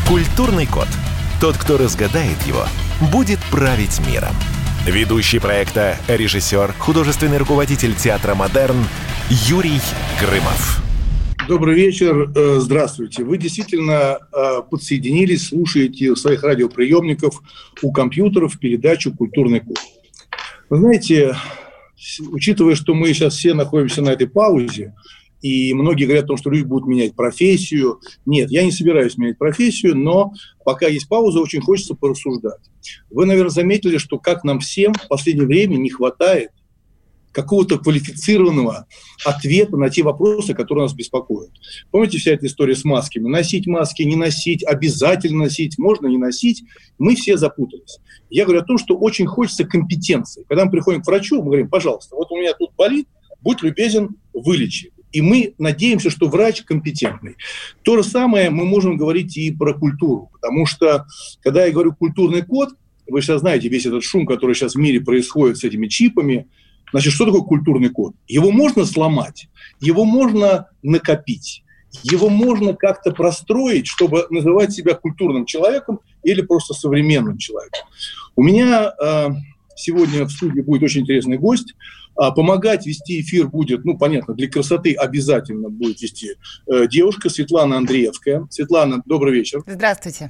Культурный код. Тот, кто разгадает его, будет править миром. Ведущий проекта, режиссер, художественный руководитель театра «Модерн» Юрий Грымов. Добрый вечер, здравствуйте. Вы действительно подсоединились, слушаете своих радиоприемников у компьютеров передачу «Культурный код». Вы знаете, учитывая, что мы сейчас все находимся на этой паузе, и многие говорят о том, что люди будут менять профессию. Нет, я не собираюсь менять профессию, но пока есть пауза, очень хочется порассуждать. Вы, наверное, заметили, что как нам всем в последнее время не хватает какого-то квалифицированного ответа на те вопросы, которые нас беспокоят. Помните вся эта история с масками? Носить маски, не носить, обязательно носить, можно не носить. Мы все запутались. Я говорю о том, что очень хочется компетенции. Когда мы приходим к врачу, мы говорим: пожалуйста, вот у меня тут болит, будь любезен, вылечи. И мы надеемся, что врач компетентный. То же самое мы можем говорить и про культуру. Потому что, когда я говорю «культурный код», вы сейчас знаете весь этот шум, который сейчас в мире происходит с этими чипами. Значит, что такое культурный код? Его можно сломать, его можно накопить, его можно как-то простроить, чтобы называть себя культурным человеком или просто современным человеком. У меня сегодня в студии будет очень интересный гость. Помогать вести эфир будет, понятно, для красоты обязательно будет вести девушка Светлана Андреевская. Светлана, добрый вечер. Здравствуйте.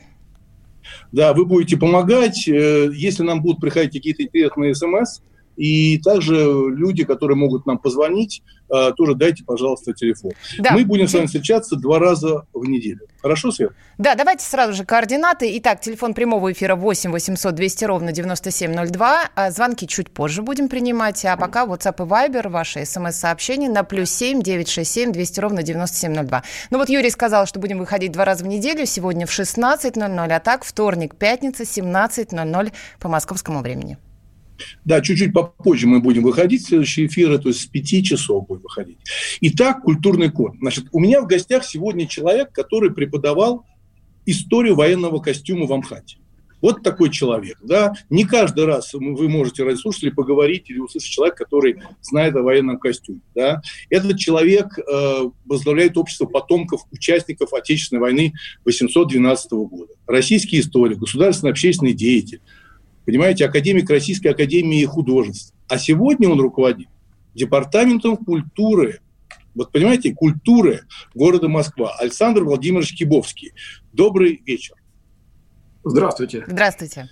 Да, вы будете помогать, если нам будут приходить какие-то интересные смс. И также люди, которые могут нам позвонить, тоже дайте, пожалуйста, телефон. Да. Мы будем с вами встречаться 2 раза в неделю. Хорошо, Свет? Да, давайте сразу же координаты. Итак, телефон прямого эфира 8 800 200 ровно 9702. Звонки чуть позже будем принимать. А пока WhatsApp и Viber, ваши смс-сообщения на +7 967 200 ровно 9702. Юрий сказал, что будем выходить 2 раза в неделю. Сегодня в 16:00, а так вторник, пятница, 17:00 по московскому времени. Да, чуть-чуть попозже мы будем выходить в следующие эфиры, то есть с 5 часов будем выходить. Итак, культурный код. Значит, у меня в гостях сегодня человек, который преподавал историю военного костюма в Амхате. Вот такой человек. Да? Не каждый раз вы можете, радиослушатели, поговорить или услышать человека, который знает о военном костюме. Да? Этот человек возглавляет общество потомков участников Отечественной войны 1812 года. Российский историк, государственный общественный деятель. Понимаете, академик Российской академии художеств. А сегодня он руководит департаментом культуры. Вот понимаете, культуры города Москва. Александр Владимирович Кибовский. Добрый вечер. Здравствуйте. Здравствуйте.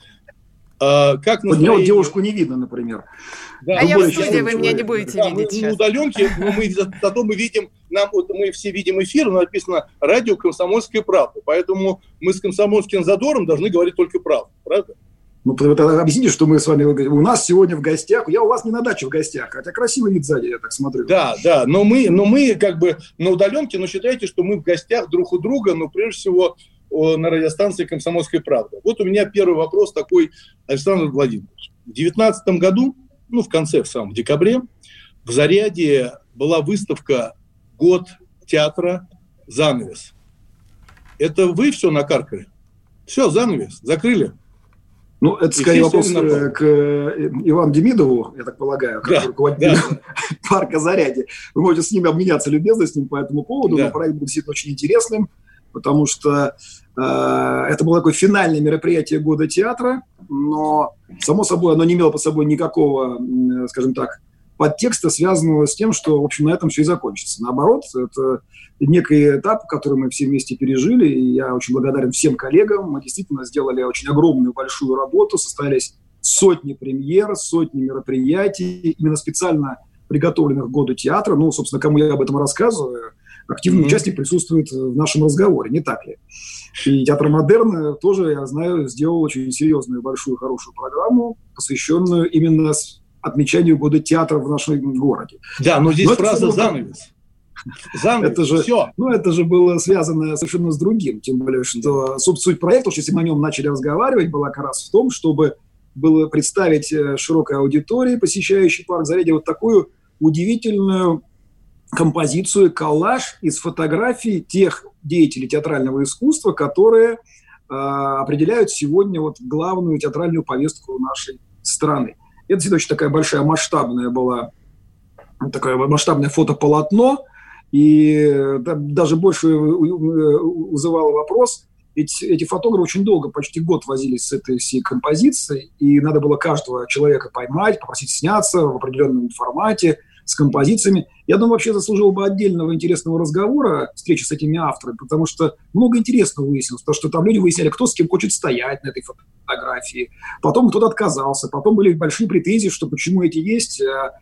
Как настроение? Девушку не видно, например. Да. Я в студии, вы меня не будете видеть сейчас. Мы на удаленке, зато мы видим, мы все видим эфир, написано «Радио Комсомольская правда». Поэтому мы с комсомольским задором должны говорить только правду. Правда? Тогда объясните, что мы с вами... У нас сегодня в гостях... Я у вас не на даче в гостях, хотя красивый вид сзади, я так смотрю. Да, но мы как бы на удаленке, но считайте, что мы в гостях друг у друга, но прежде всего на радиостанции «Комсомольская правда». Вот у меня первый вопрос такой, Александр Владимирович. В 2019 году, в самом декабре, в Заряде была выставка «Год театра. Занавес». Это вы все накаркали? Все, занавес, закрыли? Это скорее вопрос к Ивану Демидову, я так полагаю, как руководитель парка «Заряде». Вы можете с ним обменяться любезностями по этому поводу, но проект был действительно очень интересным, потому что это было такое финальное мероприятие года театра, но, само собой, оно не имело под собой никакого, скажем так, подтекста, связанного с тем, что, в общем, на этом все и закончится. Наоборот, это некий этап, который мы все вместе пережили, и я очень благодарен всем коллегам. Мы действительно сделали очень огромную, большую работу, состоялись сотни премьер, сотни мероприятий, именно специально приготовленных к году театра. Собственно, кому я об этом рассказываю, активный участник присутствует в нашем разговоре, не так ли? И театр «Модерн» тоже, я знаю, сделал очень серьезную, большую, хорошую программу, посвященную именно отмечанию года театра в нашем городе. Да, но здесь фраза «занавес». Это же было связано совершенно с другим, тем более, что суть проекта, если мы о нем начали разговаривать, была как раз в том, чтобы было представить широкой аудитории, посещающей парк «Зарядье», вот такую удивительную композицию, коллаж из фотографий тех деятелей театрального искусства, которые определяют сегодня главную театральную повестку нашей страны. Это действительно очень такая большая масштабная была, такое масштабное фотополотно, и даже больше вызывало вопрос, эти фотографы очень долго, почти год возились с этой всей композицией, и надо было каждого человека поймать, попросить сняться в определенном формате, с композициями. Я думаю, вообще заслужил бы отдельного интересного разговора, встречи с этими авторами, потому что много интересного выяснилось, потому что там люди выясняли, кто с кем хочет стоять на этой фотографии, потом кто-то отказался, потом были большие претензии, что почему эти есть,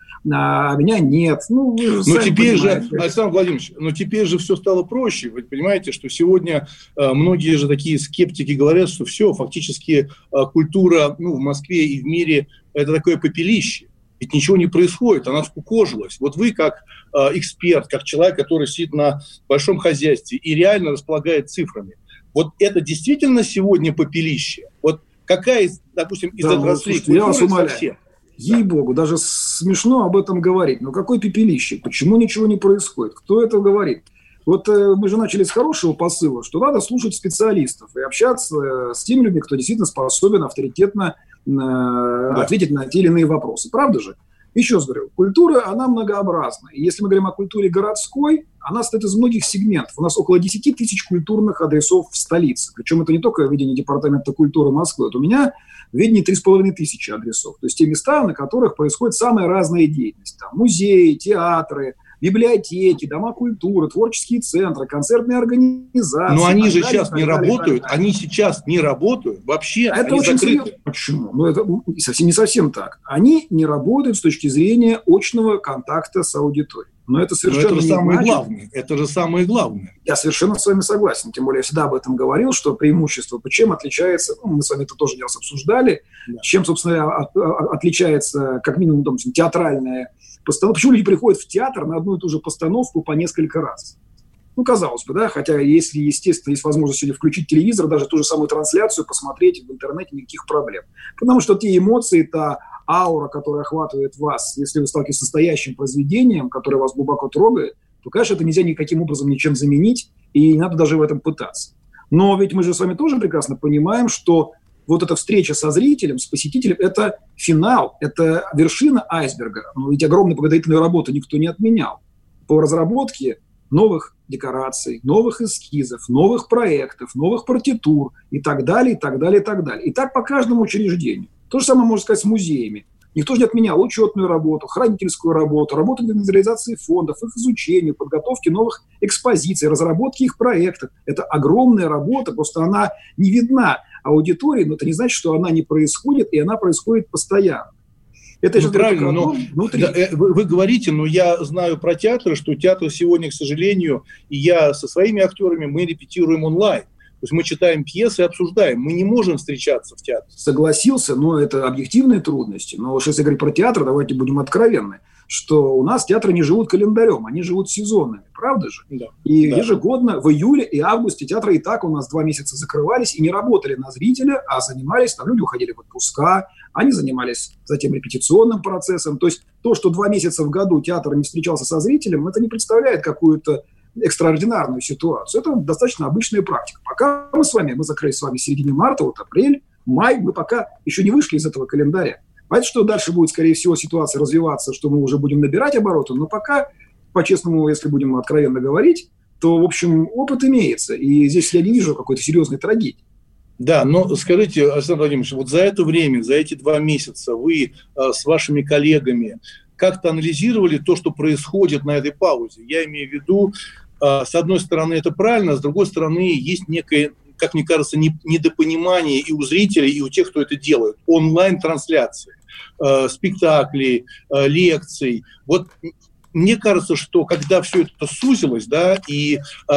а меня нет. Но теперь же, Александр Владимирович, теперь же все стало проще. Вы понимаете, что сегодня многие же такие скептики говорят, что все, фактически культура в Москве и в мире – это такое попелище. Ведь ничего не происходит, она скукожилась. Вот вы как эксперт, как человек, который сидит на большом хозяйстве и реально располагает цифрами, вот это действительно сегодня попелище? Вот какая, допустим, из отраслей культуры я вас умоляю. Совсем? Ей-богу, даже смешно об этом говорить. Но какое попелище? Почему ничего не происходит? Кто это говорит? Вот мы же начали с хорошего посыла, что надо слушать специалистов и общаться с теми людьми, кто действительно способен авторитетно ответить на те или иные вопросы. Правда же? Еще раз говорю, культура, она многообразна. И если мы говорим о культуре городской, она состоит из многих сегментов. У нас около 10 тысяч культурных адресов в столице. Причем это не только ведение департамента культуры Москвы. Вот у меня в ведении 3,5 тысячи адресов. То есть те места, на которых происходит самая разная деятельность. Там музеи, театры, библиотеки, дома культуры, творческие центры, концертные организации. Но они же сейчас не работают. Они сейчас не работают вообще. Это очень серьезно. Почему? Это не совсем так. Они не работают с точки зрения очного контакта с аудиторией. Но это совершенно это самое главное. Это же самое главное. Я совершенно с вами согласен. Тем более я всегда об этом говорил, что преимущество, чем отличается, мы с вами это тоже не раз обсуждали, чем, собственно, отличается, как минимум, допустим, театральная постановка. Почему люди приходят в театр на одну и ту же постановку по несколько раз? Казалось бы, да, хотя если, естественно, есть возможность сегодня включить телевизор, даже ту же самую трансляцию посмотреть в интернете, никаких проблем. Потому что те эмоции, та аура, которая охватывает вас, если вы сталкиваетесь с настоящим произведением, которое вас глубоко трогает, то, конечно, это нельзя никаким образом ничем заменить, и не надо даже в этом пытаться. Но ведь мы же с вами тоже прекрасно понимаем, что вот эта встреча со зрителем, с посетителем – это финал, это вершина айсберга. Но ведь огромную подготовительную работу никто не отменял. По разработке новых декораций, новых эскизов, новых проектов, новых партитур и так далее, и так далее, и так далее. И так по каждому учреждению. То же самое можно сказать с музеями. Никто же не отменял учетную работу, хранительскую работу, работу для инвентаризации фондов, их изучения, подготовки новых экспозиций, разработки их проектов. Это огромная работа, просто она не видна аудитории, но это не значит, что она не происходит, и она происходит постоянно. Это же правильно, но вы говорите, но я знаю про театры, что театр сегодня, к сожалению, и я со своими актерами, мы репетируем онлайн. То есть мы читаем пьесы и обсуждаем. Мы не можем встречаться в театре. Согласился, но это объективные трудности. Но если говорить про театр, давайте будем откровенны, что у нас театры не живут календарем, они живут сезонами, правда же? Да. И ежегодно в июле и августе театры и так у нас 2 месяца закрывались и не работали на зрителя, а занимались, там люди уходили в отпуска, они занимались затем репетиционным процессом. То есть то, что 2 месяца в году театр не встречался со зрителем, это не представляет какую-то экстраординарную ситуацию. Это достаточно обычная практика. Пока мы закрылись с вами в середине марта, вот апрель, май, мы пока еще не вышли из этого календаря. Понятно, что дальше будет, скорее всего, ситуация развиваться, что мы уже будем набирать обороты, но пока, по-честному, если будем откровенно говорить, то, в общем, опыт имеется. И здесь я не вижу какой-то серьезной трагедии. Да, но скажите, Александр Владимирович, вот за это время, за эти 2 месяца вы с вашими коллегами как-то анализировали то, что происходит на этой паузе? Я имею в виду, с одной стороны, это правильно, с другой стороны, есть некое, как мне кажется, недопонимание и у зрителей, и у тех, кто это делает. Онлайн-трансляции, спектаклей, лекций. Вот мне кажется, что когда все это сузилось, да, и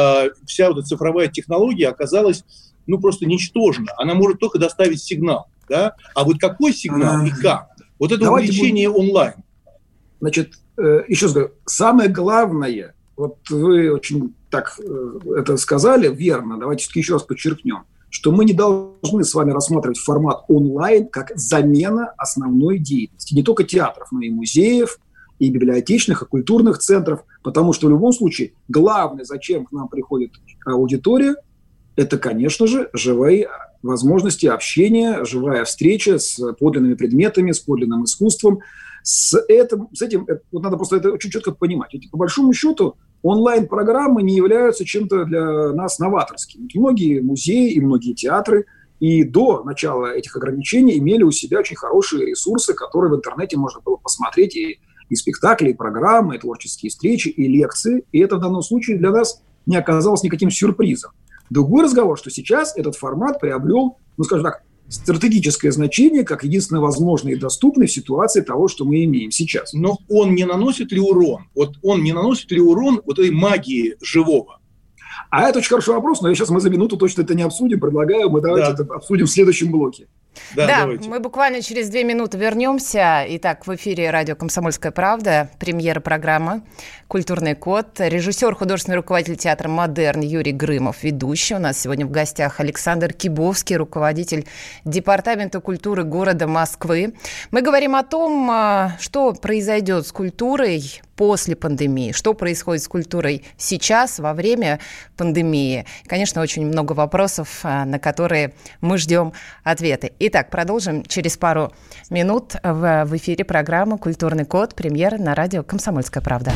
вся вот эта цифровая технология оказалась, просто ничтожна. Она может только доставить сигнал, да? А вот какой сигнал и как? Вот это увлечение онлайн. Значит, еще раз говорю, самое главное, вот вы очень так это сказали, верно, давайте еще раз подчеркнем, что мы не должны с вами рассматривать формат онлайн как замена основной деятельности. Не только театров, но и музеев, и библиотечных, и культурных центров, потому что в любом случае главное, зачем к нам приходит аудитория, это, конечно же, живые возможности общения, живая встреча с подлинными предметами, с подлинным искусством. С этим вот надо просто это очень четко понимать. Ведь по большому счету онлайн-программы не являются чем-то для нас новаторским. Многие музеи и многие театры и до начала этих ограничений имели у себя очень хорошие ресурсы, которые в интернете можно было посмотреть, и спектакли, и программы, и творческие встречи, и лекции. И это в данном случае для нас не оказалось никаким сюрпризом. Другой разговор, что сейчас этот формат приобрел, скажем так, стратегическое значение как единственно возможный и доступный в ситуации того, что мы имеем сейчас. Но он не наносит ли урон? Он не наносит ли урон вот этой магии живого? А это очень хороший вопрос, но сейчас мы за минуту точно это не обсудим. Предлагаю, мы давайте это обсудим в следующем блоке. Да, мы буквально через 2 минуты вернемся. Итак, в эфире радио «Комсомольская правда», премьера программы «Культурный код». Режиссер, художественный руководитель театра «Модерн» Юрий Грымов, ведущий. У нас сегодня в гостях Александр Кибовский, руководитель Департамента культуры города Москвы. Мы говорим о том, что произойдет с культурой после пандемии, что происходит с культурой сейчас, во время пандемии. Конечно, очень много вопросов, на которые мы ждем ответы. Итак, продолжим через пару минут в эфире программы «Культурный код», премьера на радио «Комсомольская правда».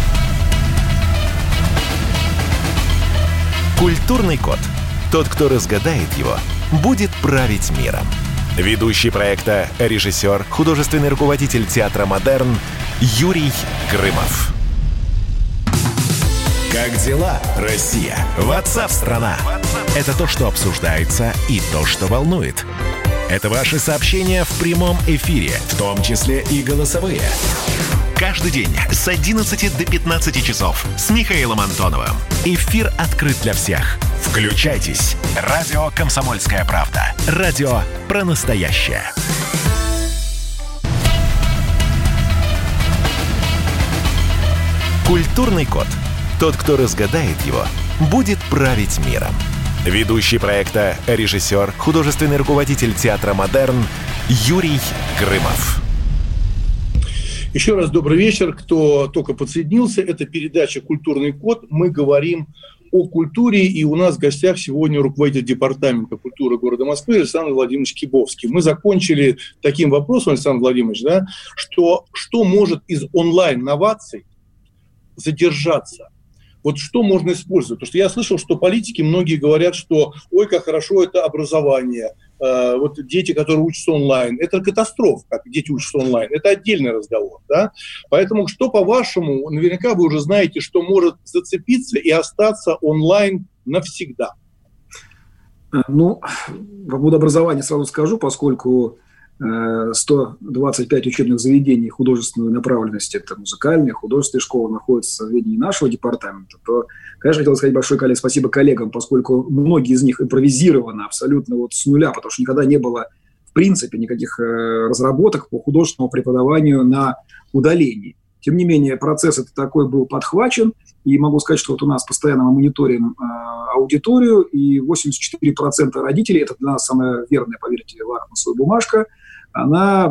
«Культурный код». Тот, кто разгадает его, будет править миром. Ведущий проекта, режиссер, художественный руководитель театра «Модерн» Юрий Грымов. Как дела, Россия? WhatsApp-страна. Это то, что обсуждается, и то, что волнует. Это ваши сообщения в прямом эфире, в том числе и голосовые. Каждый день с 11 до 15 часов с Михаилом Антоновым. Эфир открыт для всех. Включайтесь. Радио «Комсомольская правда». Радио про настоящее. Культурный код. Тот, кто разгадает его, будет править миром. Ведущий проекта, режиссер, художественный руководитель театра «Модерн» Юрий Грымов. Еще раз добрый вечер. Кто только подсоединился, это передача «Культурный код». Мы говорим о культуре, и у нас в гостях сегодня руководитель Департамента культуры города Москвы Александр Владимирович Кибовский. Мы закончили таким вопросом, Александр Владимирович, что может из онлайн-новаций задержаться? Вот что можно использовать? Потому что я слышал, что политики многие говорят, что ой, как хорошо это образование, вот дети, которые учатся онлайн, это катастрофа, как дети учатся онлайн, это отдельный разговор, да? Поэтому что, по-вашему, наверняка вы уже знаете, что может зацепиться и остаться онлайн навсегда? Ну, по поводу образования сразу скажу, поскольку 125 учебных заведений художественной направленности, это музыкальные, художественные школы, находятся в ведении нашего департамента, то, конечно, хотел сказать большое спасибо коллегам, поскольку многие из них импровизированы абсолютно вот с нуля, потому что никогда не было, в принципе, никаких разработок по художественному преподаванию на удалении. Тем не менее, процесс этот такой был подхвачен, и могу сказать, что вот у нас постоянно мы мониторим аудиторию, и 84% родителей, это для нас самая верная, поверьте, лакмусовая бумажка, она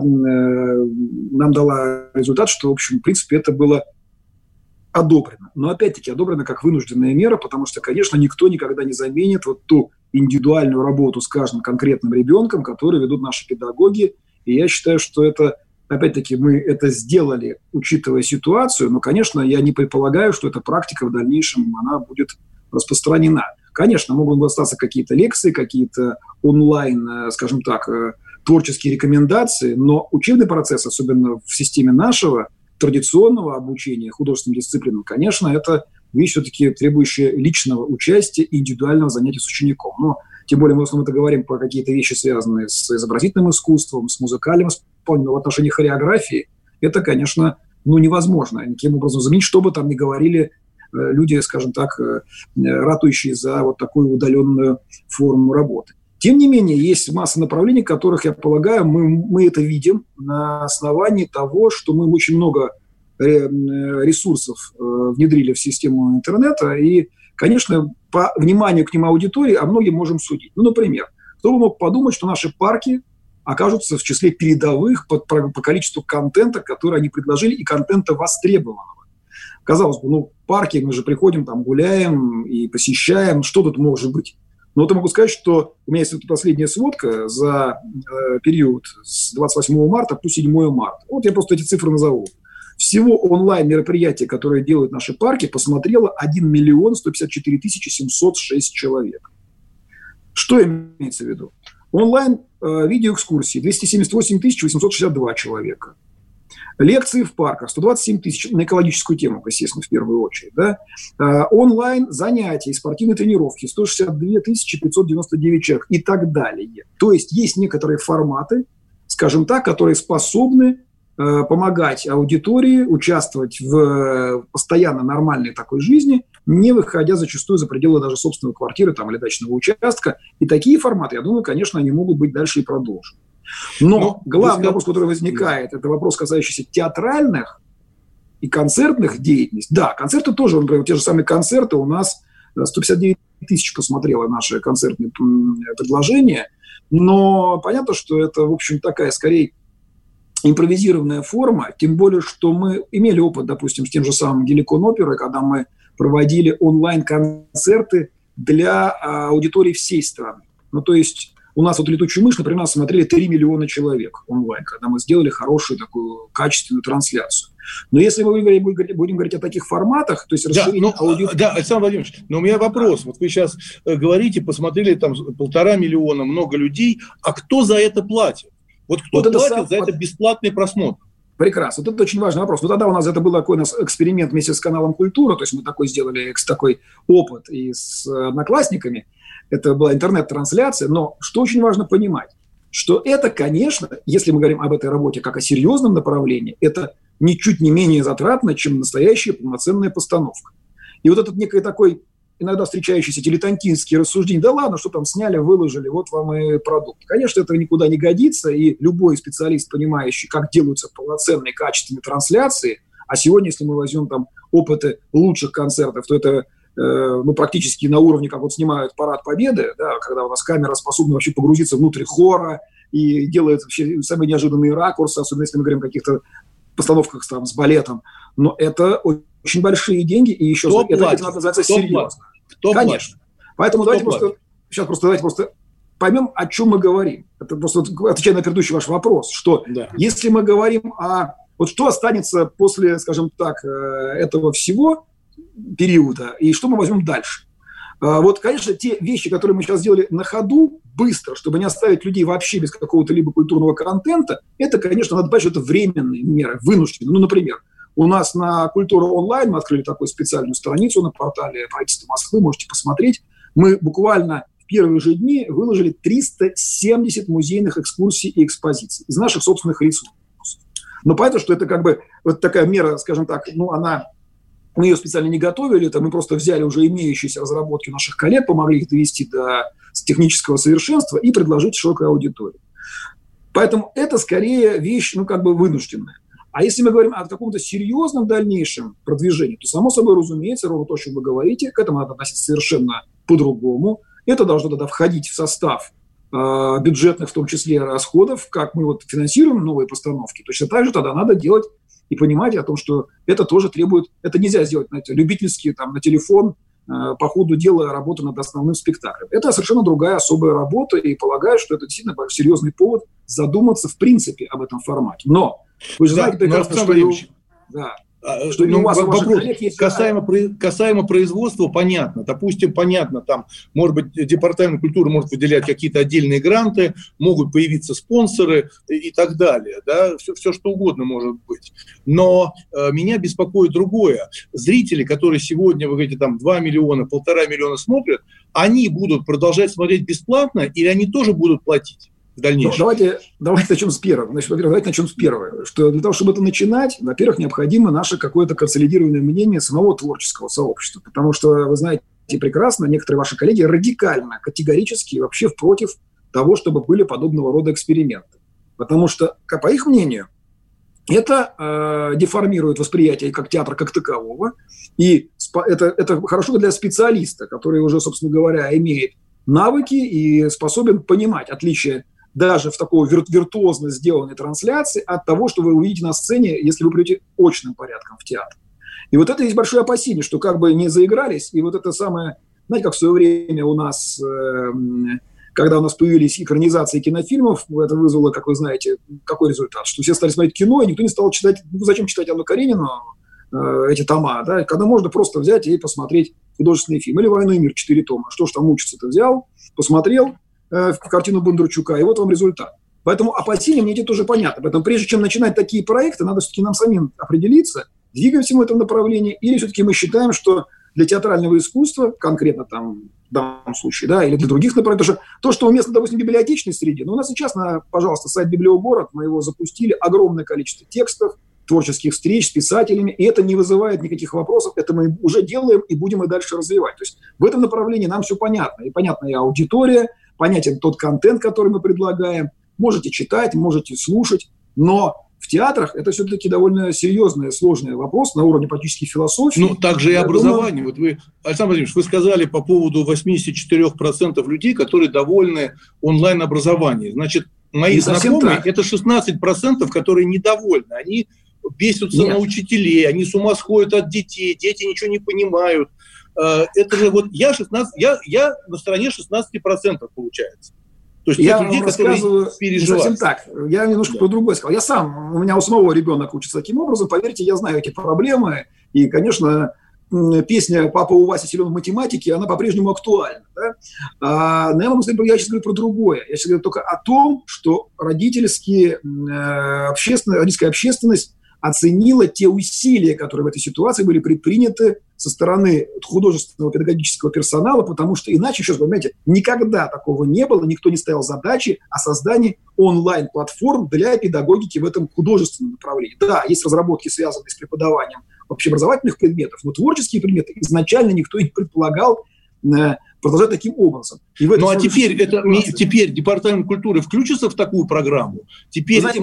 нам дала результат, что, в общем, в принципе, это было одобрено. Но, опять-таки, одобрено как вынужденная мера, потому что, конечно, никто никогда не заменит вот ту индивидуальную работу с каждым конкретным ребенком, которую ведут наши педагоги. И я считаю, что это, опять-таки, мы это сделали, учитывая ситуацию, но, конечно, я не предполагаю, что эта практика в дальнейшем, она будет распространена. Конечно, могут остаться какие-то лекции, какие-то онлайн, скажем так, творческие рекомендации, но учебный процесс, особенно в системе нашего традиционного обучения художественным дисциплинам, конечно, это вещь все-таки требующая личного участия и индивидуального занятия с учеником. Но тем более мы в основном это говорим про какие-то вещи, связанные с изобразительным искусством, с музыкальным исполнением, но в отношении хореографии это, конечно, невозможно никаким образом заменить, что бы там ни говорили люди, скажем так, ратующие за вот такую удаленную форму работы. Тем не менее, есть масса направлений, которых, я полагаю, мы это видим на основании того, что мы очень много ресурсов внедрили в систему интернета, и, конечно, по вниманию к ним аудитории о многим можем судить. Ну, например, кто бы мог подумать, что наши парки окажутся в числе передовых по количеству контента, который они предложили, и контента востребованного. Казалось бы, парки, мы же приходим, там гуляем и посещаем, что тут может быть? Но вот я могу сказать, что у меня есть последняя сводка за период с 28 марта по 7 марта. Вот я просто эти цифры назову. Всего онлайн-мероприятия, которые делают наши парки, посмотрело 1 миллион 154 тысячи 706 человек. Что имеется в виду? Онлайн-видеоэкскурсии 278 тысяч 862 человека. Лекции в парках 127 тысяч на экологическую тему, естественно, в первую очередь. Да? Онлайн-занятия, спортивные тренировки 162 тысячи 599 человек и так далее. То есть есть некоторые форматы, скажем так, которые способны помогать аудитории участвовать в постоянно нормальной такой жизни, не выходя зачастую за пределы даже собственной квартиры там, или дачного участка. И такие форматы, я думаю, конечно, они могут быть дальше и продолжены. Но главный вопрос, который возникает, это вопрос, касающийся театральных и концертных деятельностей. Да, концерты тоже, например, те же самые концерты у нас 159 тысяч посмотрело наши концертные предложения, но понятно, что это, в общем, такая, скорее, импровизированная форма, тем более, что мы имели опыт, допустим, с тем же самым Геликон оперой, когда мы проводили онлайн-концерты для аудитории всей страны. Ну, то есть у нас вот «Летучую мышь», например, смотрели 3 миллиона человек онлайн, когда мы сделали хорошую такую качественную трансляцию. Но если мы будем говорить о таких форматах, то есть расширение аудитории... Да, Александр Владимирович, но у меня вопрос. Вот вы сейчас говорите, посмотрели там 1,5 миллиона, много людей, а кто за это платит? Вот кто платит за это бесплатный просмотр? Прекрасно. Вот это очень важный вопрос. Вот тогда у нас это был такой у нас эксперимент вместе с каналом «Культура», то есть мы такой сделали такой опыт и с одноклассниками. Это была интернет-трансляция, но что очень важно понимать, что это, конечно, если мы говорим об этой работе как о серьезном направлении, это ничуть не менее затратно, чем настоящая полноценная постановка. И вот этот некий такой иногда встречающийся дилетантинские рассуждения, да ладно, что там сняли, выложили, вот вам и продукт. Конечно, это никуда не годится, и любой специалист, понимающий, как делаются полноценные качественные трансляции, а сегодня, если мы возьмем там опыты лучших концертов, то это практически на уровне, как вот снимают «Парад Победы», да, когда у нас камера способна вообще погрузиться внутрь хора и делает вообще самые неожиданные ракурсы, особенно если мы говорим о каких-то постановках там, с балетом. Но это очень большие деньги, и еще это надо называться серьезно. Конечно. Поэтому давайте просто поймем, о чем мы говорим. Это просто отвечая на предыдущий ваш вопрос, что если мы говорим о... Вот что останется после, скажем так, этого всего периода, и что мы возьмем дальше. Вот, конечно, те вещи, которые мы сейчас сделали на ходу, быстро, чтобы не оставить людей вообще без какого-то либо культурного контента, это, конечно, надо понять, что это временные меры, вынужденные. Ну, например, у нас на «Культура онлайн» мы открыли такую специальную страницу на портале правительства Москвы, можете посмотреть. Мы буквально в первые же дни выложили 370 музейных экскурсий и экспозиций из наших собственных ресурсов. Но понятно, что это как бы вот такая мера, скажем так, мы ее специально не готовили, это мы просто взяли уже имеющиеся разработки наших коллег, помогли их довести до технического совершенства и предложить широкой аудитории. Поэтому это скорее вещь, вынужденная. А если мы говорим о каком-то серьезном дальнейшем продвижении, то, само собой разумеется, ровно то, о чем вы говорите, к этому надо относиться совершенно по-другому. Это должно тогда входить в состав бюджетных, в том числе, расходов, как мы финансируем новые постановки. Точно так же тогда надо делать и понимать о том, что это тоже требует... Это нельзя сделать, любительски, на телефон, по ходу дела работы над основным спектаклем. Это совершенно другая особая работа, и полагаю, что это действительно серьезный повод задуматься в принципе об этом формате. Но вы же знаете прекрасно, что у вас вопрос касаемо производства, понятно. Допустим, там, может быть, департамент культуры может выделять какие-то отдельные гранты, могут появиться спонсоры и так далее. Да? Все что угодно может быть. Но меня беспокоит другое. Зрители, которые сегодня, вы говорите, там 2 миллиона, 1,5 миллиона смотрят, они будут продолжать смотреть бесплатно или они тоже будут платить? В дальнейшем. Давайте начнем с первого. Во-первых, давайте начнем с первого. Что для того, чтобы это начинать, во-первых, необходимо наше какое-то консолидированное мнение самого творческого сообщества. Потому что, вы знаете прекрасно, некоторые ваши коллеги радикально, категорически вообще против того, чтобы были подобного рода эксперименты. Потому что, по их мнению, это деформирует восприятие как театра как такового. И это хорошо для специалиста, который уже, собственно говоря, имеет навыки и способен понимать отличие даже в такой виртуозно сделанной трансляции от того, что вы увидите на сцене, если вы придете очным порядком в театр. И вот это есть большое опасение, что как бы не заигрались, и вот это самое, знаете, как в свое время у нас когда у нас появились экранизации кинофильмов, это вызвало, как вы знаете, какой результат? Что все стали смотреть кино, и никто не стал читать, зачем читать Анну Каренину, эти тома, да, когда можно просто взять и посмотреть художественный фильм. Или «Войну и мир», 4 тома. Что ж там мучиться-то, взял, посмотрел картину Бондарчука, и вот вам результат. Поэтому опасения мне эти тоже понятны. Поэтому прежде чем начинать такие проекты, надо все-таки нам самим определиться, двигаемся мы в этом направлении, или все-таки мы считаем, что для театрального искусства, конкретно там в данном случае, да, или для других направлений, потому что то, что уместно, допустим, в библиотечной среде, у нас сейчас, пожалуйста, сайт Библиогород, мы его запустили, огромное количество текстов, творческих встреч с писателями, и это не вызывает никаких вопросов, это мы уже делаем и будем и дальше развивать. То есть в этом направлении нам все понятно, и понятна и аудитория, понятен тот контент, который мы предлагаем, можете читать, можете слушать, но в театрах это все-таки довольно серьезный, сложный вопрос на уровне практически философии. Ну, также и образование. Вот вы, Александр Владимирович, вы сказали по поводу 84% людей, которые довольны онлайн-образованием. Значит, мои знакомые, это 16%, которые недовольны. Они бесятся на учителей, они с ума сходят от детей, дети ничего не понимают. Это же вот я на стороне 16% получается. То есть я людей, вам рассказываю не совсем так. Я немножко про другое сказал. У меня у самого ребенок учится таким образом. Поверьте, я знаю эти проблемы. И, конечно, песня «Папа у Васи силен в математике», она по-прежнему актуальна. Да? Но я сейчас говорю про другое. Я сейчас говорю только о том, что родительская общественность оценила те усилия, которые в этой ситуации были предприняты со стороны художественного педагогического персонала, потому что иначе, еще раз, понимаете, никогда такого не было, никто не ставил задачи о создании онлайн-платформ для педагогики в этом художественном направлении. Да, есть разработки, связанные с преподаванием общеобразовательных предметов, но творческие предметы изначально никто и не предполагал продолжать таким образом. Ну а теперь Департамент культуры включится в такую программу? Теперь знаете,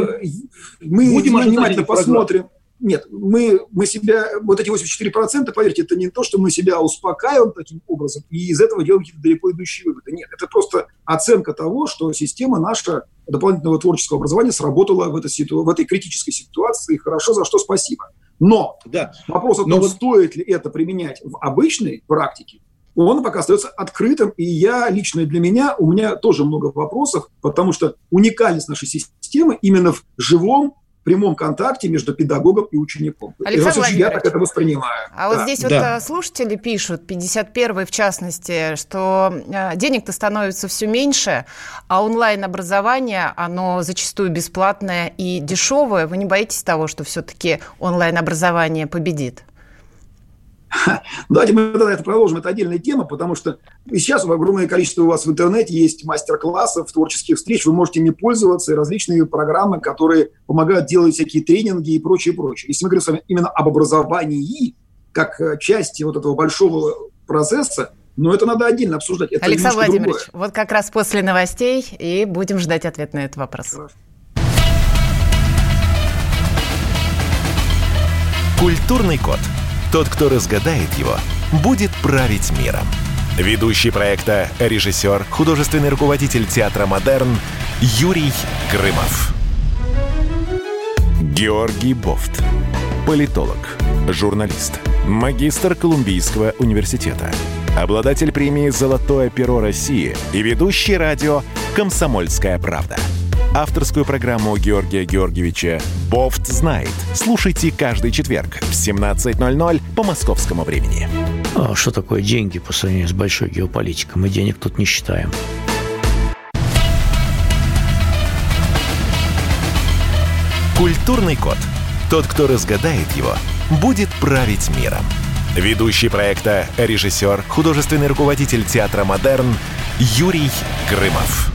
мы будем внимательно посмотрим. Нет, мы себя, вот эти 84%, поверьте, это не то, что мы себя успокаиваем таким образом и из этого делаем какие-то далеко идущие выводы. Нет, это просто оценка того, что система наша дополнительного творческого образования сработала в этой критической ситуации хорошо, за что спасибо. Но вопрос о том, стоит ли это применять в обычной практике, он пока остается открытым, и у меня тоже много вопросов, потому что уникальность нашей системы именно в живом, прямом контакте между педагогом и учеником. Александр Владимирович, я так это воспринимаю. Вот здесь слушатели пишут, 51-й в частности, что денег-то становится все меньше, а онлайн-образование, оно зачастую бесплатное и дешевое. Вы не боитесь того, что все-таки онлайн-образование победит? Давайте мы тогда это продолжим. Это отдельная тема, потому что сейчас огромное количество у вас в интернете есть мастер-классов, творческих встреч. Вы можете ими пользоваться, и различные программы, которые помогают делать всякие тренинги и прочее, прочее. Если мы говорим с вами именно об образовании, как части вот этого большого процесса, но это надо отдельно обсуждать. Это Александр Владимирович, вот как раз после новостей и будем ждать ответ на этот вопрос. Хорошо. Культурный код. Тот, кто разгадает его, будет править миром. Ведущий проекта, режиссер, художественный руководитель театра «Модерн» Юрий Грымов. Георгий Бофт. Политолог, журналист, магистр Колумбийского университета, обладатель премии «Золотое перо России» и ведущий радио «Комсомольская правда». Авторскую программу Георгия Георгиевича «Бофт знает». Слушайте каждый четверг в 17:00 по московскому времени. А что такое деньги по сравнению с большой геополитикой? Мы денег тут не считаем. Культурный код. Тот, кто разгадает его, будет править миром. Ведущий проекта, режиссер, художественный руководитель театра «Модерн» Юрий Грымов.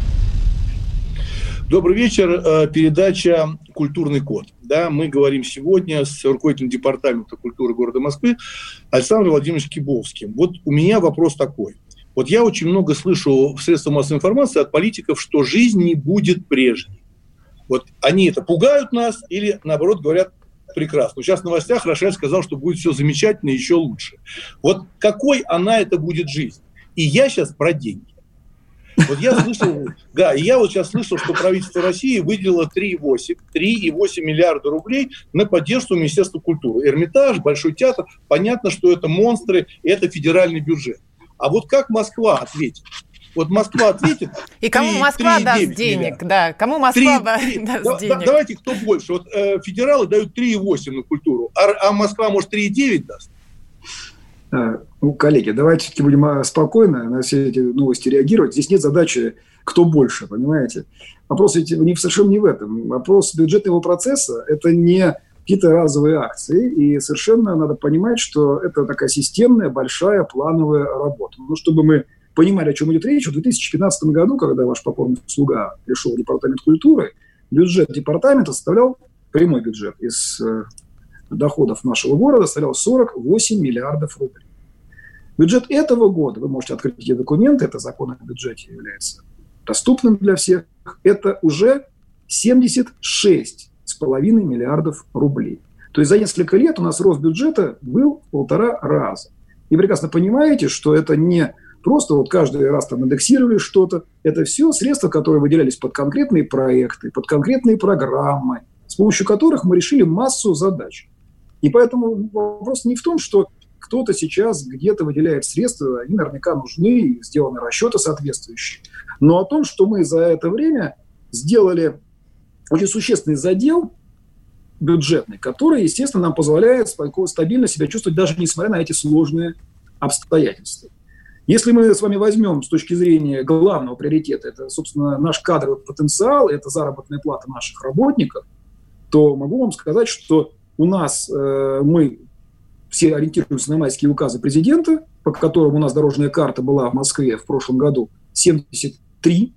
Добрый вечер. Передача «Культурный код». Да, мы говорим сегодня с руководителем департамента культуры города Москвы Александром Владимировичем Кибовским. Вот у меня вопрос такой. Вот я очень много слышу в средствах массовой информации от политиков, что жизнь не будет прежней. Вот они это пугают нас или, наоборот, говорят прекрасно. Сейчас в новостях Рошаль сказал, что будет все замечательно и еще лучше. Вот какой это будет жизнь? И я сейчас про деньги. Вот я слышал, сейчас слышал, что правительство России выделило 3,8 миллиарда рублей на поддержку Министерства культуры. Эрмитаж, Большой театр, понятно, что это монстры, это федеральный бюджет. А вот как Москва ответит? Вот Москва ответит. И кому Москва даст денег? Да, кому Москва даст денег? Давайте, кто больше. Вот федералы дают 3,8 на культуру, а Москва, может, 3,9 даст? Коллеги, давайте все-таки будем спокойно на все эти новости реагировать. Здесь нет задачи, кто больше, понимаете? Вопрос ведь совершенно не в этом. Вопрос бюджетного процесса – это не какие-то разовые акции, и совершенно надо понимать, что это такая системная, большая, плановая работа. Ну, чтобы мы понимали, о чем идет речь, в 2015 году, когда ваш покорный слуга пришел в департамент культуры, бюджет департамента составлял, прямой бюджет из доходов нашего города составлял 48 миллиардов рублей. Бюджет этого года, вы можете открыть эти документы, это закон о бюджете является доступным для всех, это уже 76,5 миллиардов рублей. То есть за несколько лет у нас рост бюджета был в 1,5 раза. И прекрасно понимаете, что это не просто вот каждый раз там индексировали что-то, это все средства, которые выделялись под конкретные проекты, под конкретные программы, с помощью которых мы решили массу задач. И поэтому вопрос не в том, что кто-то сейчас где-то выделяет средства, они наверняка нужны, сделаны расчеты соответствующие, но о том, что мы за это время сделали очень существенный задел бюджетный, который, естественно, нам позволяет стабильно себя чувствовать, даже несмотря на эти сложные обстоятельства. Если мы с вами возьмем с точки зрения главного приоритета, это, собственно, наш кадровый потенциал, это заработная плата наших работников, то могу вам сказать, что у нас мы все ориентируемся на майские указы президента, по которым у нас дорожная карта была в Москве в прошлом году 73,8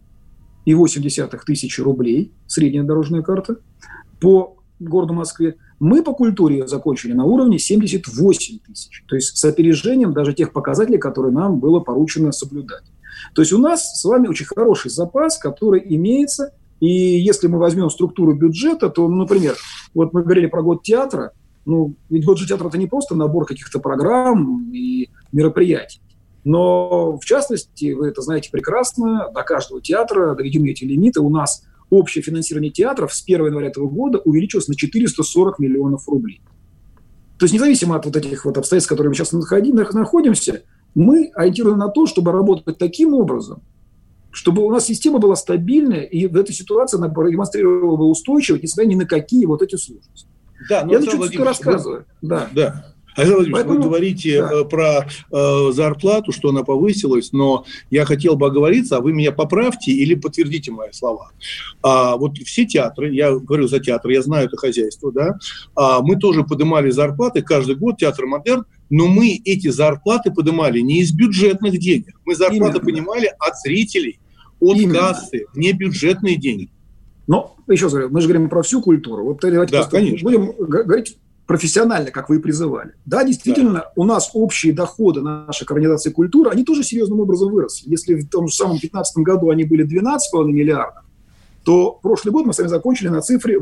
тысячи рублей, средняя дорожная карта по городу Москве. Мы по культуре закончили на уровне 78 тысяч, то есть с опережением даже тех показателей, которые нам было поручено соблюдать. То есть у нас с вами очень хороший запас, который имеется. И если мы возьмем структуру бюджета, то, например, вот мы говорили про год театра, ведь год же театра – это не просто набор каких-то программ и мероприятий. Но, в частности, вы это знаете прекрасно, до каждого театра доведены эти лимиты. У нас общее финансирование театров с 1 января этого года увеличилось на 440 миллионов рублей. То есть независимо от вот этих вот обстоятельств, в которых мы сейчас находимся, мы ориентированы на то, чтобы работать таким образом, чтобы у нас система была стабильная, и в этой ситуации она продемонстрировала бы устойчивость, несмотря ни на какие вот эти сложности. Да, я чуть-чуть рассказываю. Да. Александр Владимирович, вы говорите про зарплату, что она повысилась, но я хотел бы оговориться, а вы меня поправьте или подтвердите мои слова. Вот все театры, я говорю за театр, я знаю это хозяйство, да, мы тоже поднимали зарплаты каждый год, Театр Модерн, но мы эти зарплаты поднимали не из бюджетных денег, мы зарплаты поднимали от зрителей, от кассы, не бюджетные деньги. Но, еще раз говорю, мы же говорим про всю культуру. Вот давайте будем говорить профессионально, как вы и призывали. Да, действительно, у нас общие доходы нашей организации культуры, они тоже серьезным образом выросли. Если в том же самом 2015 году они были 12,5 миллиардов, то прошлый год мы с вами закончили на цифре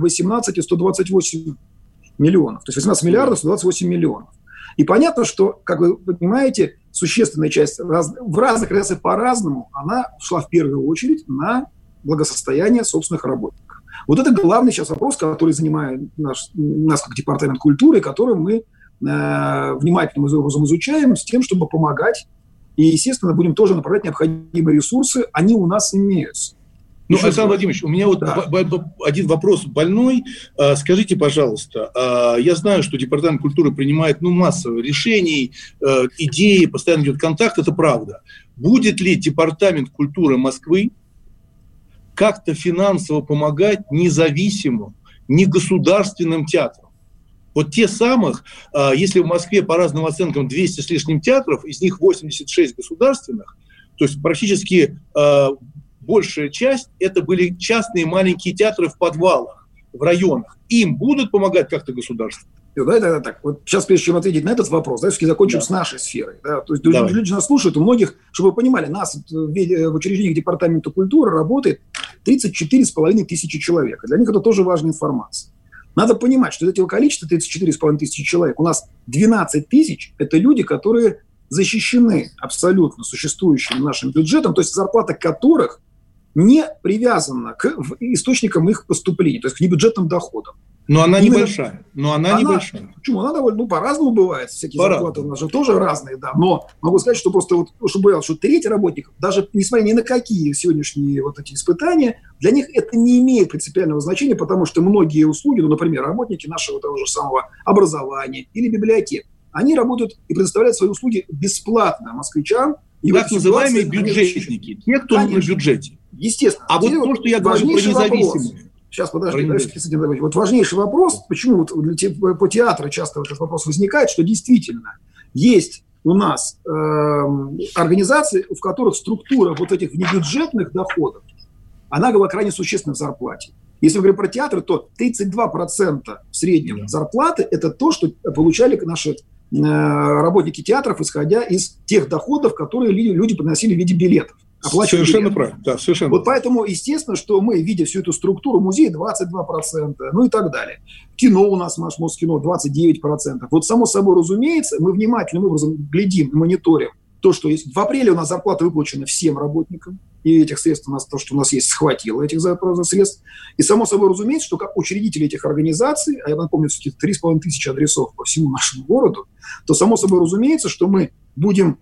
18,128 миллионов. То есть 18 миллиардов 128 миллионов. И понятно, что, как вы понимаете, существенная часть в разных реалиях по-разному, она шла в первую очередь на благосостояние собственных работников. Вот это главный сейчас вопрос, который занимает нас как департамент культуры, который мы внимательным образом изучаем с тем, чтобы помогать. И, естественно, будем тоже направлять необходимые ресурсы. Они у нас имеются. Александр Владимирович, у меня один вопрос больной. Скажите, пожалуйста, я знаю, что Департамент культуры принимает массу решений, идеи, постоянно идет контакт, это правда. Будет ли Департамент культуры Москвы как-то финансово помогать независимым, негосударственным театрам? Вот те самых, если в Москве по разным оценкам 200 с лишним театров, из них 86 государственных, то есть практически большая часть это были частные маленькие театры в подвалах, в районах. Им будут помогать как-то государство? Да, так. Вот сейчас, прежде чем ответить на этот вопрос, все-таки закончим с нашей сферой. Да? То есть люди нас слушают, у многих, чтобы вы понимали, нас в учреждениях Департамента культуры работает 34,5 тысячи человек. Для них это тоже важная информация. Надо понимать, что из этого количества 34,5 тысячи человек у нас 12 тысяч – это люди, которые защищены абсолютно существующим нашим бюджетом, то есть зарплата которых не привязана к источникам их поступлений, то есть к небюджетным доходам. Но она небольшая. Небольшая. Почему? Она довольно, по-разному бывает. Всякие зарплаты у нас же тоже разные, да. Но могу сказать, что просто чтобы треть работников, даже несмотря ни на какие сегодняшние вот эти испытания, для них это не имеет принципиального значения, потому что многие услуги, например, работники нашего того же самого образования или библиотек, они работают и предоставляют свои услуги бесплатно москвичам. И так называемые бюджетники, те, кто на бюджете. Естественно. А вот то, что я говорю про независимые. Сейчас, подожди, вот важнейший вопрос, почему по театру часто этот вопрос возникает, что действительно есть у нас организации, в которых структура вот этих внебюджетных доходов, она была крайне существенна в зарплате. Если мы говорим про театры, то 32% в среднем зарплаты – это то, что получали наши работники театров, исходя из тех доходов, которые люди приносили в виде билетов. Совершенно правильно. Да, совершенно. Вот поэтому, естественно, что мы, видя всю эту структуру, музей 22%, ну и так далее. Кино у нас, наш Москино, 29%. Вот само собой разумеется, мы внимательным образом глядим и мониторим то, что есть. В апреле у нас зарплата выплачена всем работникам, и этих средств у нас, то, что у нас есть, схватило этих средств. И само собой разумеется, что как учредители этих организаций, а я напомню, все-таки 3500 адресов по всему нашему городу, то само собой разумеется, что мы будем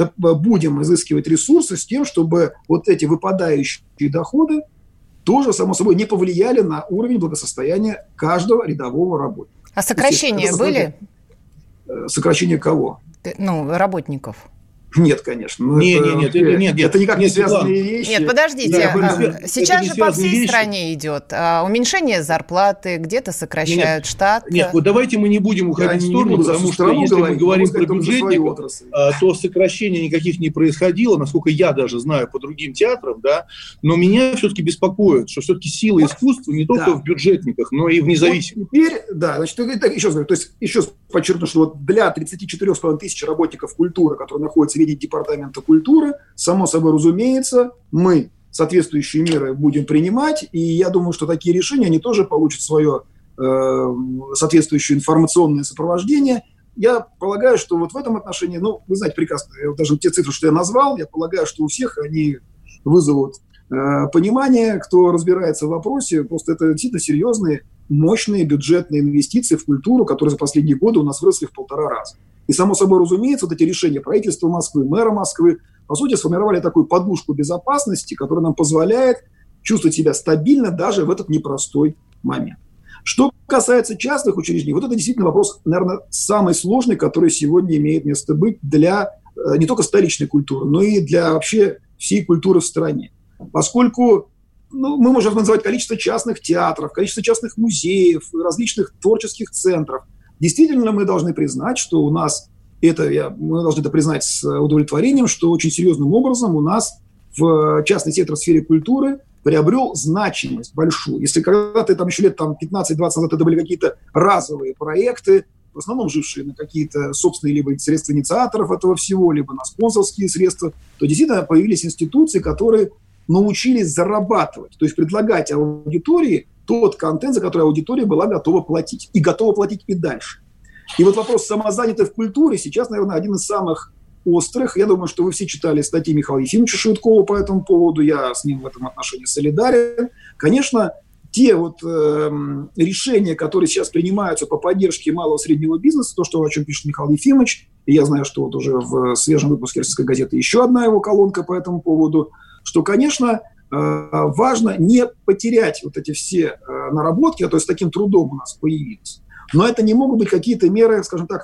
изыскивать ресурсы с тем, чтобы вот эти выпадающие доходы тоже, само собой, не повлияли на уровень благосостояния каждого рядового работника. А сокращения были? Сокращение кого? Работников. Нет, конечно. Нет. Это никак не связанные вещи. Нет, подождите. Сейчас же по всей стране идет уменьшение зарплаты, где-то сокращают штат. Нет, вот давайте мы не будем уходить в сторону, потому что если мы говорим про бюджетников, то сокращений никаких не происходило, насколько я даже знаю по другим театрам, да, но меня все-таки беспокоит, что все-таки сила искусства не только в бюджетниках, но и в независимых. Теперь, еще раз говорю, то есть еще подчеркну, что вот для 34,5 тысяч работников культуры, которые находятся в виде департамента культуры, само собой разумеется, мы соответствующие меры будем принимать, и я думаю, что такие решения, они тоже получат свое соответствующее информационное сопровождение. Я полагаю, что вот в этом отношении, вы знаете прекрасно, даже те цифры, что я назвал, я полагаю, что у всех они вызовут понимание, кто разбирается в вопросе, просто это действительно серьезные, мощные бюджетные инвестиции в культуру, которые за последние годы у нас выросли в 1,5 раза. И, само собой разумеется, вот эти решения правительства Москвы, мэра Москвы, по сути, сформировали такую подушку безопасности, которая нам позволяет чувствовать себя стабильно даже в этот непростой момент. Что касается частных учреждений, вот это действительно вопрос, наверное, самый сложный, который сегодня имеет место быть для не только столичной культуры, но и для вообще всей культуры в стране. Поскольку мы можем назвать количество частных театров, количество частных музеев, различных творческих центров. Действительно, мы должны признать, что у нас мы должны это признать с удовлетворением, что очень серьезным образом у нас в частный сектор в сфере культуры приобрел значимость большую. Если когда-то еще лет 15-20 назад это были какие-то разовые проекты, в основном жившие на какие-то собственные либо средства инициаторов этого всего, либо на спонсорские средства, то действительно появились институции, которые научились зарабатывать, то есть предлагать аудитории тот контент, за который аудитория была готова платить. И готова платить и дальше. И вот вопрос самозанятых в культуре сейчас, наверное, один из самых острых. Я думаю, что вы все читали статьи Михаила Ефимовича Швидкова по этому поводу. Я с ним в этом отношении солидарен. Конечно, те решения, которые сейчас принимаются по поддержке малого и среднего бизнеса, о чем пишет Михаил Ефимович, и я знаю, что уже в свежем выпуске «Российской газеты» еще одна его колонка по этому поводу, что, конечно, важно не потерять вот эти все наработки, то есть с таким трудом у нас появились. Но это не могут быть какие-то меры, скажем так,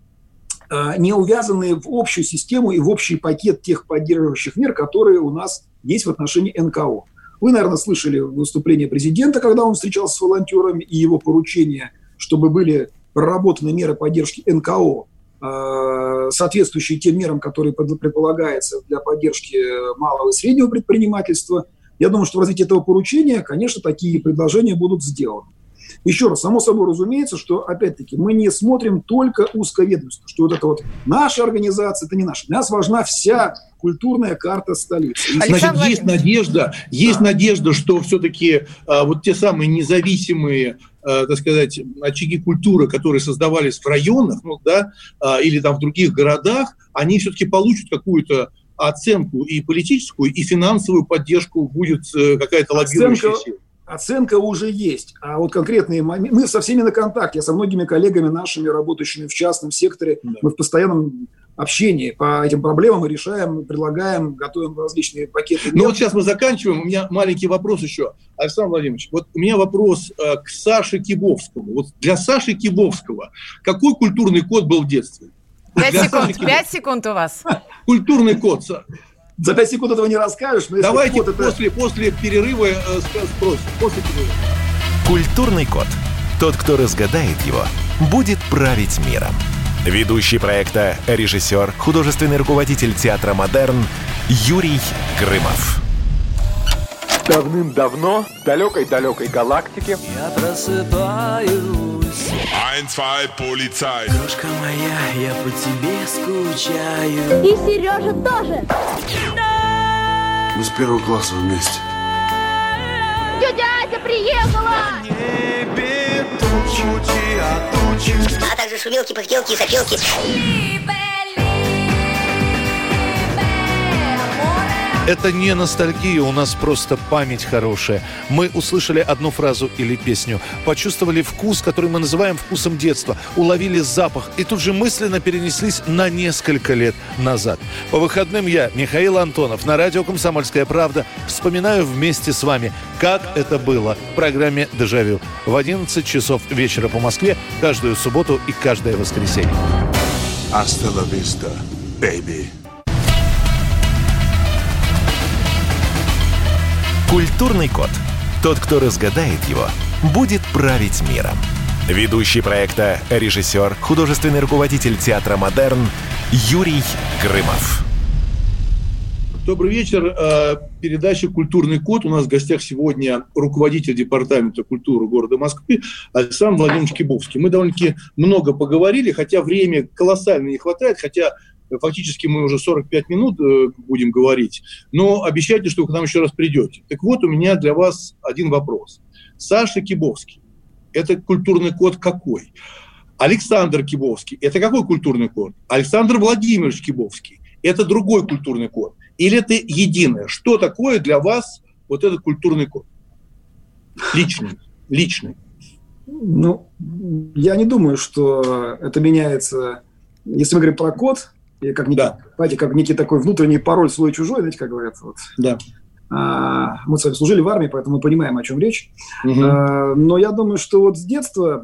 не увязанные в общую систему и в общий пакет тех поддерживающих мер, которые у нас есть в отношении НКО. Вы, наверное, слышали выступление президента, когда он встречался с волонтерами, и его поручение, чтобы были проработаны меры поддержки НКО, соответствующие тем мерам, которые предполагаются для поддержки малого и среднего предпринимательства. Я думаю, что в развитии этого поручения, конечно, такие предложения будут сделаны. Еще раз, само собой разумеется, что, опять-таки, мы не смотрим только узковедомственно, что вот это вот наша организация, это не наша. Для нас важна вся культурная карта столицы. Значит, есть надежда, что все-таки вот те самые независимые, так сказать, очаги культуры, которые создавались в районах, или там в других городах, они все-таки получат какую-то оценку и политическую, и финансовую поддержку, будет какая-то лоббирующая сила. оценка уже есть. А вот конкретные моменты... Мы со всеми на контакте. Я со многими коллегами нашими, работающими в частном секторе. Да. Мы в постоянном общении по этим проблемам мы решаем, предлагаем, готовим различные пакеты. Ну вот сейчас мы заканчиваем. У меня маленький вопрос еще. Александр Владимирович, вот у меня вопрос к Саше Кибовскому. Вот для Саши Кибовского какой культурный код был в детстве? 5 секунд у вас. Культурный код. За 5 секунд этого не расскажешь. Но давайте после перерыва спросим. После перерыва. Культурный код. Тот, кто разгадает его, будет править миром. Ведущий проекта, режиссер, художественный руководитель театра «Модерн» Юрий Грымов. Давным-давно, в далекой-далекой галактике. Я просыпаюсь. 1, 2, полицай. Крошка моя, я по тебе скучаю. И Сережа тоже. Мы с первого класса вместе. Тетя Ася приехала! На небе тучи, а тучи. А также шумелки, пыхтелки и сопелки. Это не ностальгия, у нас просто память хорошая. Мы услышали одну фразу или песню, почувствовали вкус, который мы называем вкусом детства, уловили запах и тут же мысленно перенеслись на несколько лет назад. По выходным я, Михаил Антонов, на радио «Комсомольская правда» вспоминаю вместе с вами, как это было в программе «Дежавю» в 11 часов вечера по Москве каждую субботу и каждое воскресенье. Hasta la vista, baby. Культурный код. Тот, кто разгадает его, будет править миром. Ведущий проекта, режиссер, художественный руководитель театра «Модерн» Юрий Грымов. Добрый вечер. Передача «Культурный код». У нас в гостях сегодня руководитель департамента культуры города Москвы Александр Владимирович Кибовский. Мы довольно-таки много поговорили, хотя времени колоссально не хватает, хотя фактически мы уже 45 минут будем говорить, но обещайте, что вы к нам еще раз придете. Так вот, у меня для вас один вопрос. Саша Кибовский – это культурный код какой? Александр Кибовский – это какой культурный код? Александр Владимирович Кибовский – это другой культурный код? Или это единое? Что такое для вас вот этот культурный код? Личный. Ну, я не думаю, что это меняется. Если мы говорим про код, и как некий, да. Знаете, как некий такой внутренний пароль свой-чужой, знаете, как говорят. Вот. Да. Мы с вами служили в армии, поэтому мы понимаем, о чем речь. Угу. Но я думаю, что вот с детства,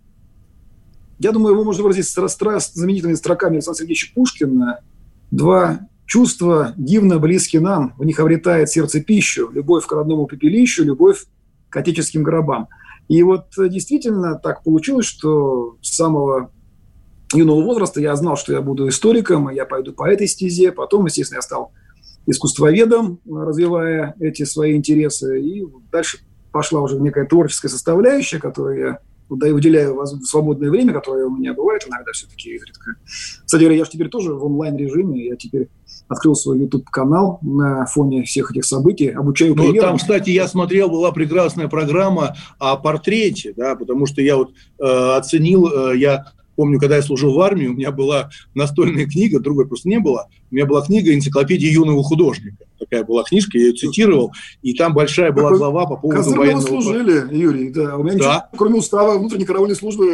я думаю, его можно выразить знаменитыми строками Александра Сергеевича Пушкина. Два чувства дивно близки нам, в них обретает сердце пищу, любовь к родному пепелищу, любовь к отеческим гробам. И вот действительно так получилось, что с самого юного возраста я знал, что я буду историком, и я пойду по этой стезе. Потом, естественно, я стал искусствоведом, развивая эти свои интересы. И дальше пошла уже некая творческая составляющая, которую я уделяю в свободное время, которое у меня бывает иногда все-таки изредка. Кстати говоря, я же теперь тоже в онлайн-режиме. Я теперь открыл свой YouTube-канал на фоне всех этих событий, обучаю примерам. Там, кстати, я смотрел, была прекрасная программа о портрете, да, потому что я вот оценил, я помню, когда я служил в армии, у меня была настольная книга, другой просто не было. У меня была книга «Энциклопедия юного художника». Такая была книжка, я ее цитировал, и там большая была глава по поводу военного... Козырного служили, Юрий, да. У меня ничего, кроме устава внутренней караульной службы...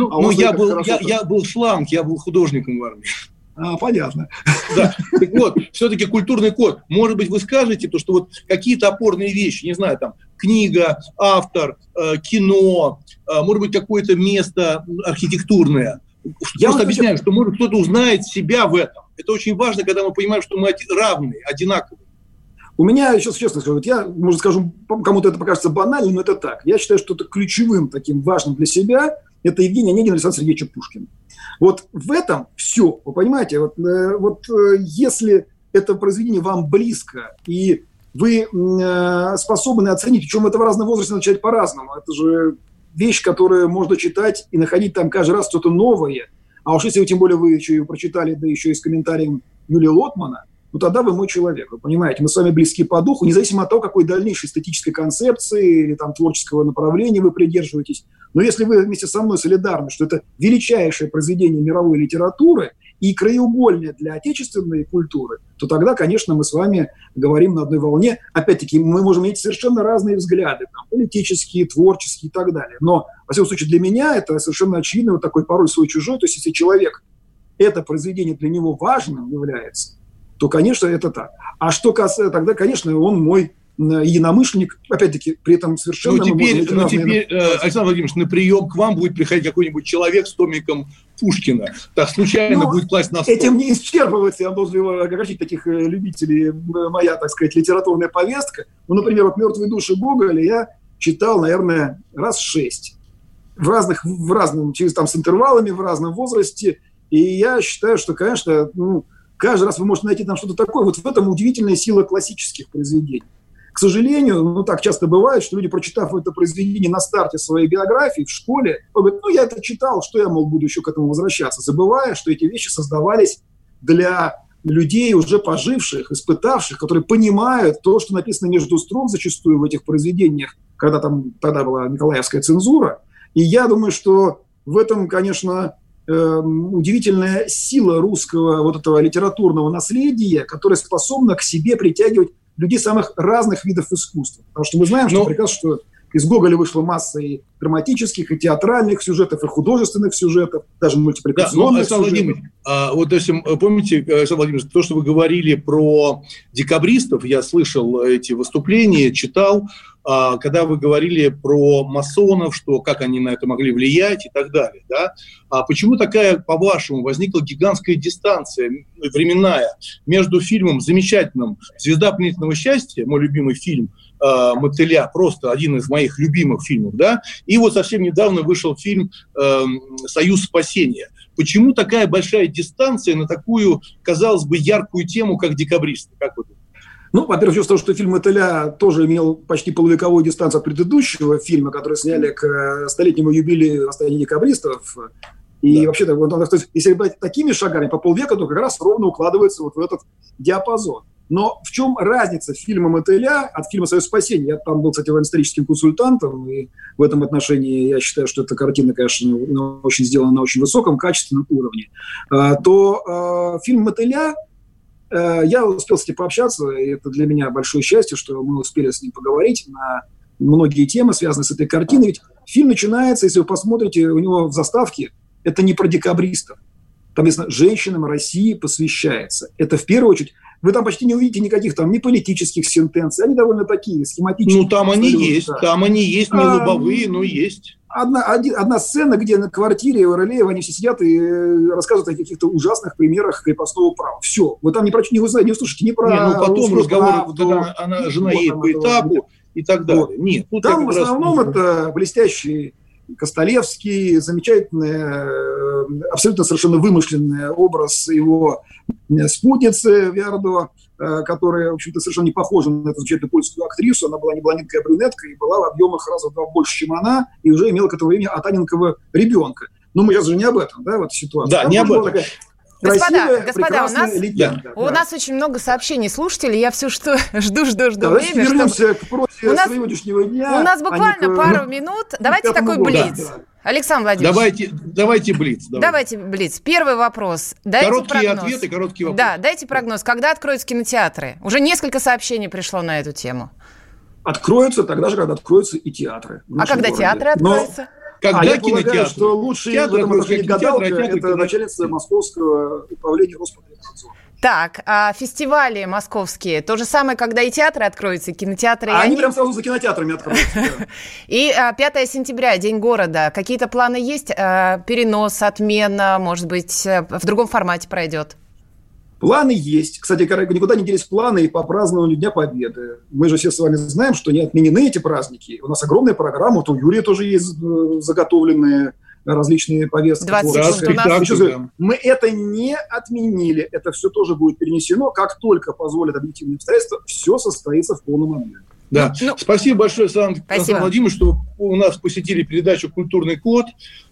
Я был шланг, я был художником в армии. Понятно. Да. Так вот, все-таки культурный код. Может быть, вы скажете, то, что вот какие-то опорные вещи, не знаю, там, книга, автор, кино, может быть, какое-то место архитектурное. Я просто объясняю, что, может, кто-то узнает себя в этом. Это очень важно, когда мы понимаем, что мы равные, одинаковые. У меня, сейчас честно скажу, я, может, скажу, кому-то это покажется банальным, но это так. Я считаю, что это ключевым, таким важным для себя, это Евгений Онегин Александр Сергеевич Пушкин. Вот в этом все, вы понимаете, вот если это произведение вам близко, и вы способны оценить, причем это в разном возрасте начать по-разному, это же вещь, которую можно читать и находить там каждый раз что-то новое, а уж если вы, тем более вы еще ее прочитали, да еще и с комментарием Юлии Лотмана, ну тогда вы мой человек, вы понимаете, мы с вами близки по духу, независимо от того, какой дальнейшей эстетической концепции или там творческого направления вы придерживаетесь. Но если вы вместе со мной солидарны, что это величайшее произведение мировой литературы, и краеугольная для отечественной культуры, то тогда, конечно, мы с вами говорим на одной волне. Опять-таки, мы можем иметь совершенно разные взгляды, там, политические, творческие и так далее. Но, во всяком случае, для меня это совершенно очевидно, вот такой порой свой-чужой. То есть, если человек, это произведение для него важным является, то, конечно, это так. А что касается, тогда, конечно, он мой единомышленник, опять-таки, при этом совершенно... Теперь, Александр Владимирович, на прием к вам будет приходить какой-нибудь человек с томиком Пушкина. Так случайно будет класть на стол. Этим не исчерпывается, я должен его огорчить, таких любителей, моя, так сказать, литературная повестка. Ну, например, вот «Мертвые души» Гоголя я читал, наверное, раз 6. В разном, через там с интервалами, в разном возрасте. И я считаю, что, конечно, каждый раз вы можете найти там что-то такое. Вот в этом удивительная сила классических произведений. К сожалению, так часто бывает, что люди, прочитав это произведение на старте своей биографии в школе, говорят, я это читал, что я, буду еще к этому возвращаться, забывая, что эти вещи создавались для людей, уже поживших, испытавших, которые понимают то, что написано между строк зачастую в этих произведениях, когда тогда была Николаевская цензура. И я думаю, что в этом, конечно, удивительная сила русского вот этого литературного наследия, которая способна к себе притягивать людей самых разных видов искусства. Потому что мы знаем, что прекрасно, что из Гоголя вышла масса и драматических, и театральных сюжетов, и художественных сюжетов, даже мультипликационных сюжетов. Вот если помните, Александр Владимирович, то, что вы говорили про декабристов, я слышал эти выступления, читал, когда вы говорили про масонов, что как они на это могли влиять и так далее. Да? Почему такая, по-вашему, возникла гигантская дистанция временная между фильмом замечательным «Звезда пленительного счастья», мой любимый фильм Мотыля, просто один из моих любимых фильмов, да, и вот совсем недавно вышел фильм «Союз спасения». Почему такая большая дистанция на такую, казалось бы, яркую тему, как декабристы? Как вы думаете? Во-первых, дело в том, что фильм «Мотыля» тоже имел почти полувековую дистанцию от предыдущего фильма, который сняли к столетнему юбилею восстания декабристов. И вообще-то, если брать такими шагами по полвека, то как раз ровно укладывается вот в этот диапазон. Но в чем разница фильма «Мотыля» от фильма «Союз спасения»? Я там был, кстати, военно-историческим консультантом, и в этом отношении я считаю, что эта картина, конечно, очень сделана на очень высоком, качественном уровне. То фильм «Мотыля», я успел с ним пообщаться, и это для меня большое счастье, что мы успели с ним поговорить на многие темы, связанные с этой картиной. Ведь фильм начинается, если вы посмотрите, у него в заставке, это не про декабристов. Там написано «Женщинам России посвящается». Это в первую очередь... Вы там почти не увидите никаких там ни политических сентенций, они довольно такие, схематические. Там они есть, не лобовые, но есть. Одна сцена, где на квартире у Рылеева они все сидят и рассказывают о каких-то ужасных примерах крепостного права. Все. Вы там не услышите ни про... потом разговоры, когда жена едет по этапу и так далее. Вот. Нет. Там в основном это блестящий Костолевский, замечательный, абсолютно совершенно вымышленный образ его спутницы Виардо, которая, в общем-то, совершенно не похожа на эту замечательную польскую актрису. Она была не блондинка, а брюнетка, и была в объемах раза в 2 больше, чем она, и уже имела к этому времени атаненького ребенка. Но мы сейчас же не об этом, да, в этой ситуации. Да, не об этом. Господа, у нас очень много сообщений слушателей. Я все что жду время. Вернемся к прозе сегодняшнего дня. У нас буквально пару минут. Давайте такой блиц. Александр Владимирович. Давайте блиц. Давайте блиц. Первый вопрос. Короткие ответы, короткие вопросы. Да, дайте прогноз. Когда откроются кинотеатры? Уже несколько сообщений пришло на эту тему. Откроются тогда же, когда откроются и театры. А когда театры откроются? Я полагаю, что лучший в этом отношении гадалка – это начальница Московского управления Роспотребнадзора. Так, а фестивали московские, то же самое, когда и театры откроются, и кинотеатры. Они прям сразу за кинотеатрами откроются. И 5 сентября, День города. Какие-то планы есть? Перенос, отмена, может быть, в другом формате пройдет? Планы есть. Кстати, никуда не делись планы и по празднованию Дня Победы. Мы же все с вами знаем, что не отменены эти праздники. У нас огромная программа. Вот у Юрия тоже есть заготовленные различные повестки. 20 секунд у нас. Мы это не отменили. Это все тоже будет перенесено. Как только позволят объективные обстоятельства, все состоится в полном объеме. Да. Спасибо большое, Александр Владимирович, что у нас посетили передачу «Культурный код».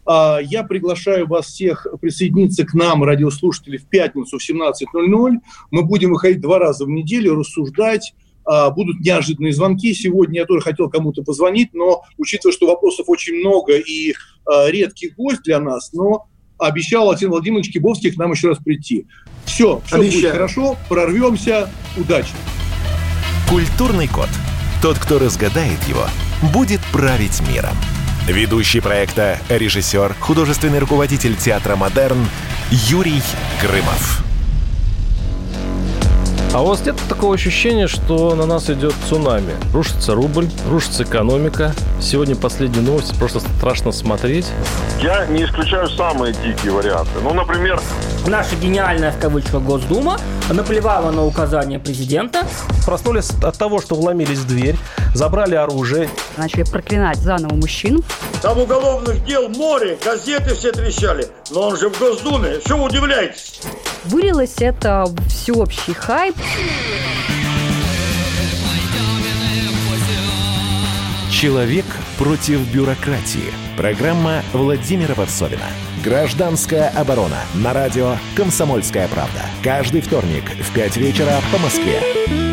Я приглашаю вас всех присоединиться к нам, радиослушатели, в пятницу в 17:00. Мы будем выходить 2 раза в неделю, рассуждать. Будут неожиданные звонки. Сегодня я тоже хотел кому-то позвонить, но учитывая, что вопросов очень много и редкий гость для нас, но обещал Владимир Владимирович Кибовский к нам еще раз прийти. Все будет хорошо, прорвемся, удачи. Культурный код. Тот, кто разгадает его, будет править миром. Ведущий проекта, режиссер, художественный руководитель театра «Модерн» Юрий Грымов. А у вас нет такого ощущения, что на нас идет цунами? Рушится рубль, рушится экономика. Сегодня последние новости, просто страшно смотреть. Я не исключаю самые дикие варианты. Ну, например... Наша гениальная, в кавычках, Госдума наплевала на указания президента. Проснулись от того, что вломились в дверь, забрали оружие. Начали проклинать заново мужчин. Там уголовных дел море, газеты все трещали. Но он же в Госдуме. Что вы удивляетесь? Вылилось это в всеобщий хайп. Человек против бюрократии. Программа Владимира Варсовина. Гражданская оборона. На радио «Комсомольская правда». Каждый вторник в 5 вечера по Москве.